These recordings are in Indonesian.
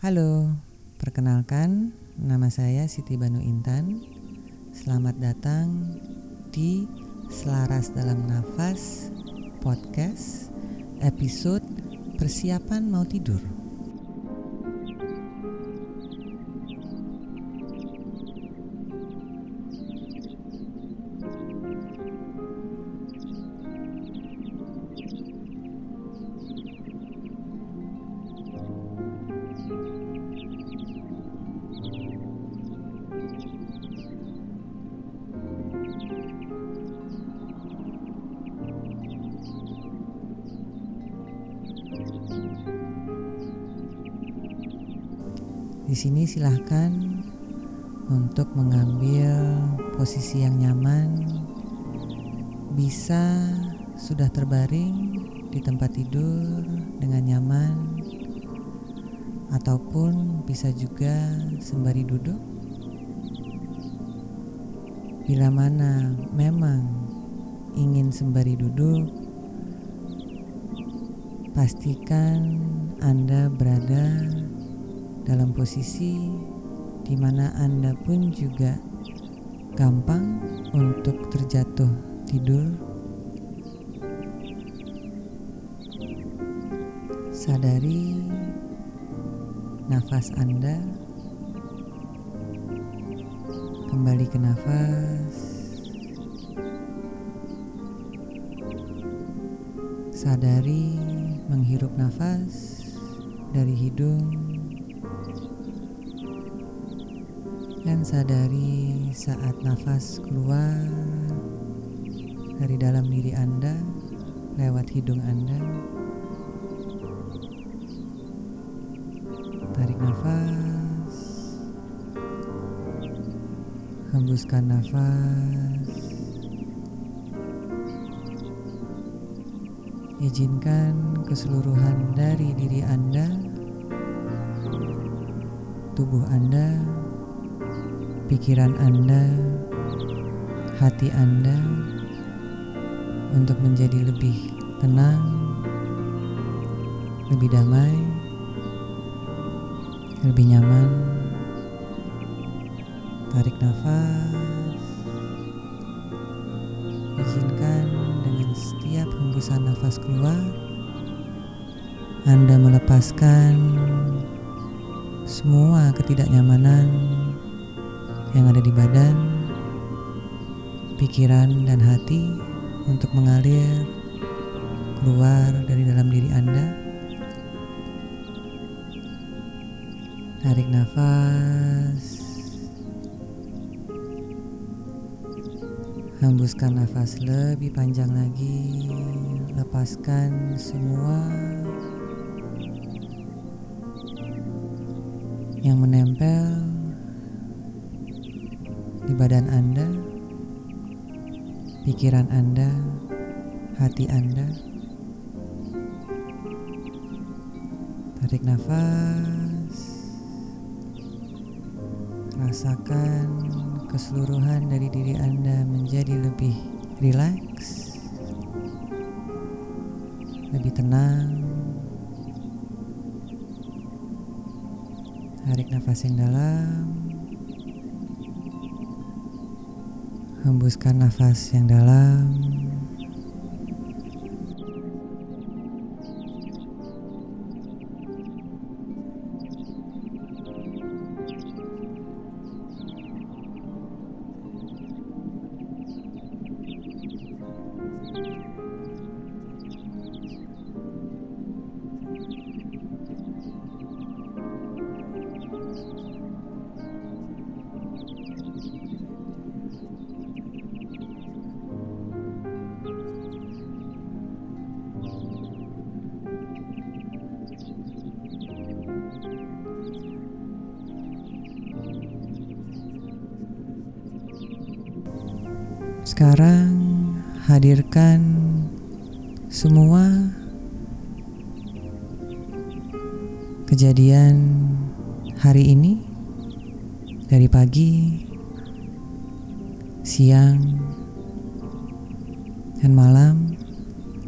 Halo, perkenalkan nama saya Siti Banu Intan. Selamat datang di Selaras Dalam Nafas Podcast episode Persiapan Mau Tidur. Di sini silahkan untuk mengambil posisi yang nyaman. Bisa sudah terbaring di tempat tidur dengan nyaman, ataupun bisa juga sembari duduk. Bila mana memang ingin sembari duduk, pastikan Anda berada dalam posisi di mana Anda pun juga gampang untuk terjatuh tidur. Sadari nafas Anda, kembali ke nafas. Sadari menghirup nafas dari hidung, dan sadari saat nafas keluar dari dalam diri Anda lewat hidung Anda. Tarik nafas, hembuskan nafas. Izinkan keseluruhan dari diri Anda, tubuh Anda, pikiran Anda, hati Anda untuk menjadi lebih tenang, lebih damai, lebih nyaman. Tarik nafas. Izinkan dengan setiap hembusan nafas keluar, Anda melepaskan semua ketidaknyamanan yang ada di badan, pikiran, dan hati untuk mengalir keluar dari dalam diri Anda. Tarik nafas, hembuskan nafas lebih panjang lagi. Lepaskan semua yang menempel di badan Anda, pikiran Anda, hati Anda. Tarik nafas. Rasakan keseluruhan dari diri Anda menjadi lebih rileks, lebih tenang. Tarik nafas yang dalam. Hembuskan nafas yang dalam. Sekarang hadirkan semua kejadian hari ini, dari pagi, siang, dan malam.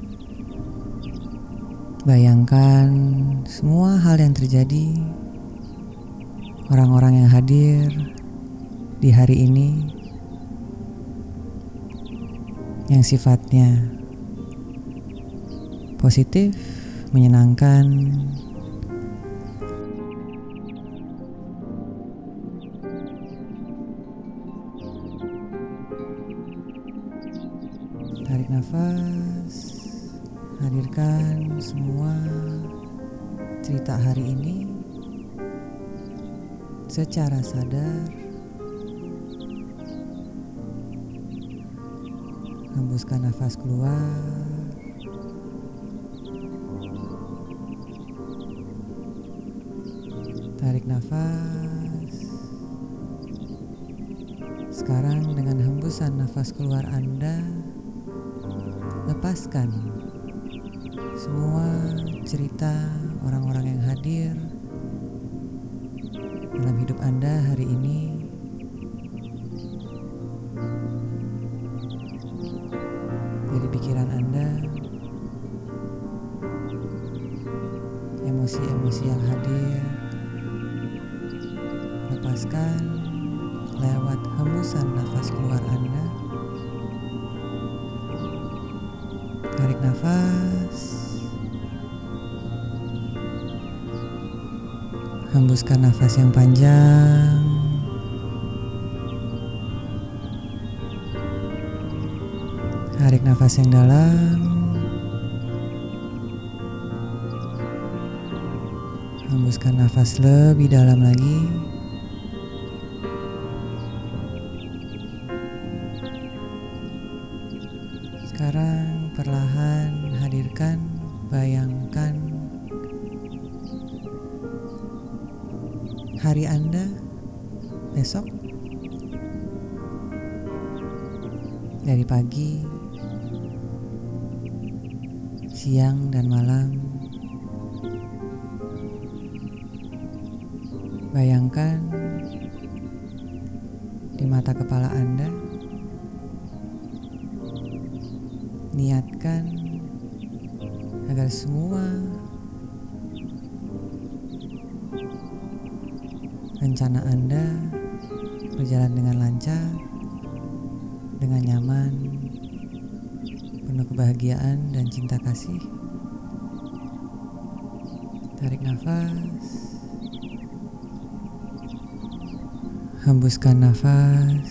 Bayangkan semua hal yang terjadi orang-orang yang hadir di hari ini yang sifatnya positif, menyenangkan, tarik nafas, hadirkan semua cerita hari ini secara sadar. Hembuskan nafas keluar. Tarik nafas. Sekarang dengan hembusan nafas keluar Anda, lepaskan semua cerita orang-orang yang hadir dalam hidup Anda hari ini. Dari pikiran Anda, emosi-emosi yang hadir, lepaskan lewat hembusan nafas keluar Anda. Tarik nafas, hembuskan nafas yang panjang. Tarik nafas yang dalam. Hembuskan nafas lebih dalam lagi. Sekarang perlahan hadirkan, bayangkan hari Anda besok dari pagi, siang, dan malam. Bayangkan di mata kepala Anda, niatkan agar semua rencana Anda berjalan dengan lancar, dengan nyaman, penuh kebahagiaan dan cinta kasih. Tarik nafas, hembuskan nafas,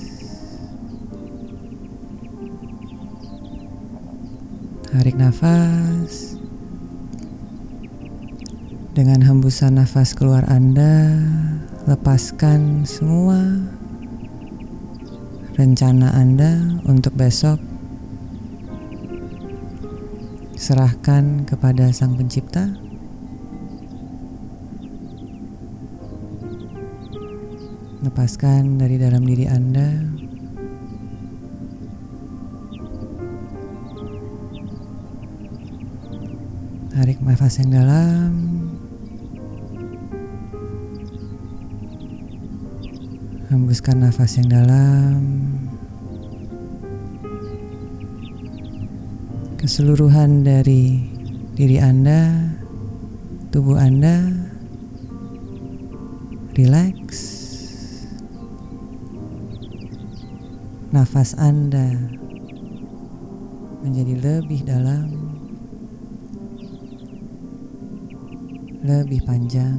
tarik nafas. Dengan hembusan nafas keluar Anda, lepaskan semua rencana Anda untuk besok. Serahkan kepada Sang Pencipta. Lepaskan dari dalam diri Anda. Tarik nafas yang dalam. Hembuskan nafas yang dalam. Keseluruhan dari diri Anda, tubuh Anda, rileks. Nafas Anda menjadi lebih dalam, lebih panjang.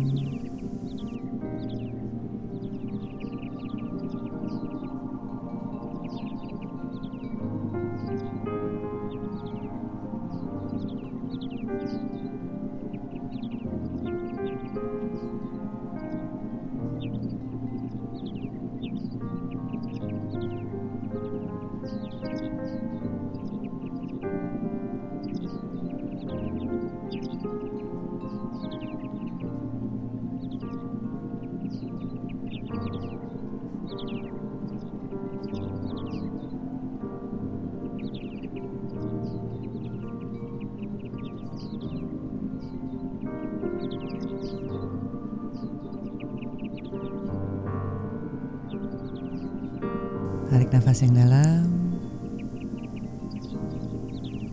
Tarik nafas yang dalam.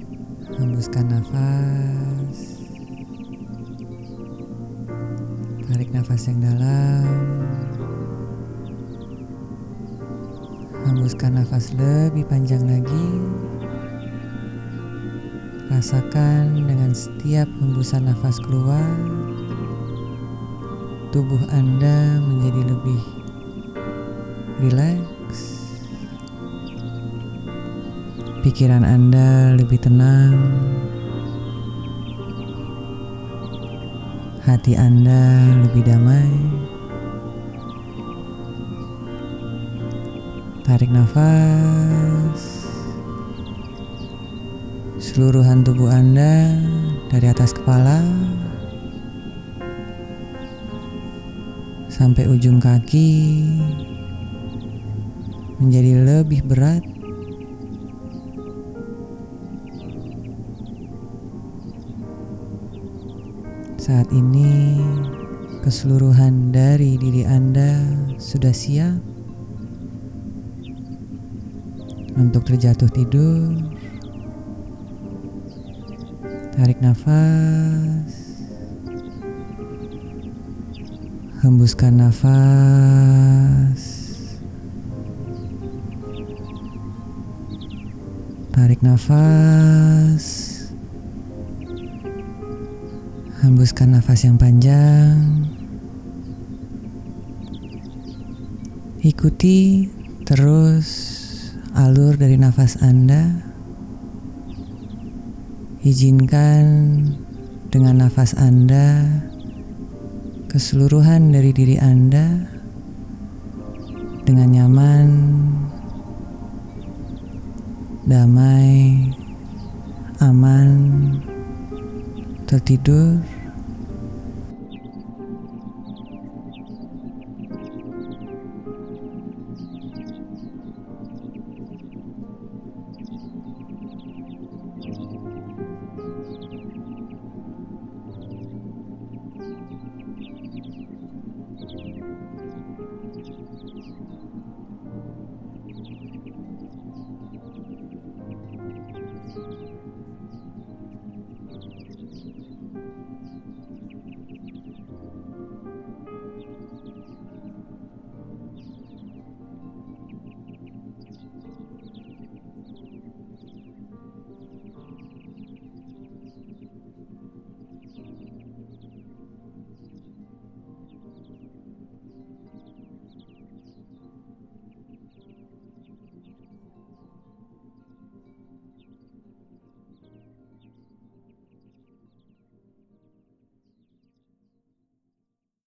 Hembuskan nafas. Tarik nafas yang dalam. Hembuskan nafas lebih panjang lagi. Rasakan dengan setiap hembusan nafas keluar, tubuh Anda menjadi lebih rileks. Pikiran Anda lebih tenang. Hati Anda lebih damai. Tarik nafas. Seluruhan tubuh Anda dari atas kepala sampai ujung kaki menjadi lebih berat. Saat ini keseluruhan dari diri Anda sudah siap untuk terjatuh tidur. Tarik nafas, hembuskan nafas, tarik nafas, hembuskan nafas yang panjang. Ikuti terus alur dari nafas Anda. Izinkan dengan nafas Anda keseluruhan dari diri Anda dengan nyaman, damai, aman, tertidur.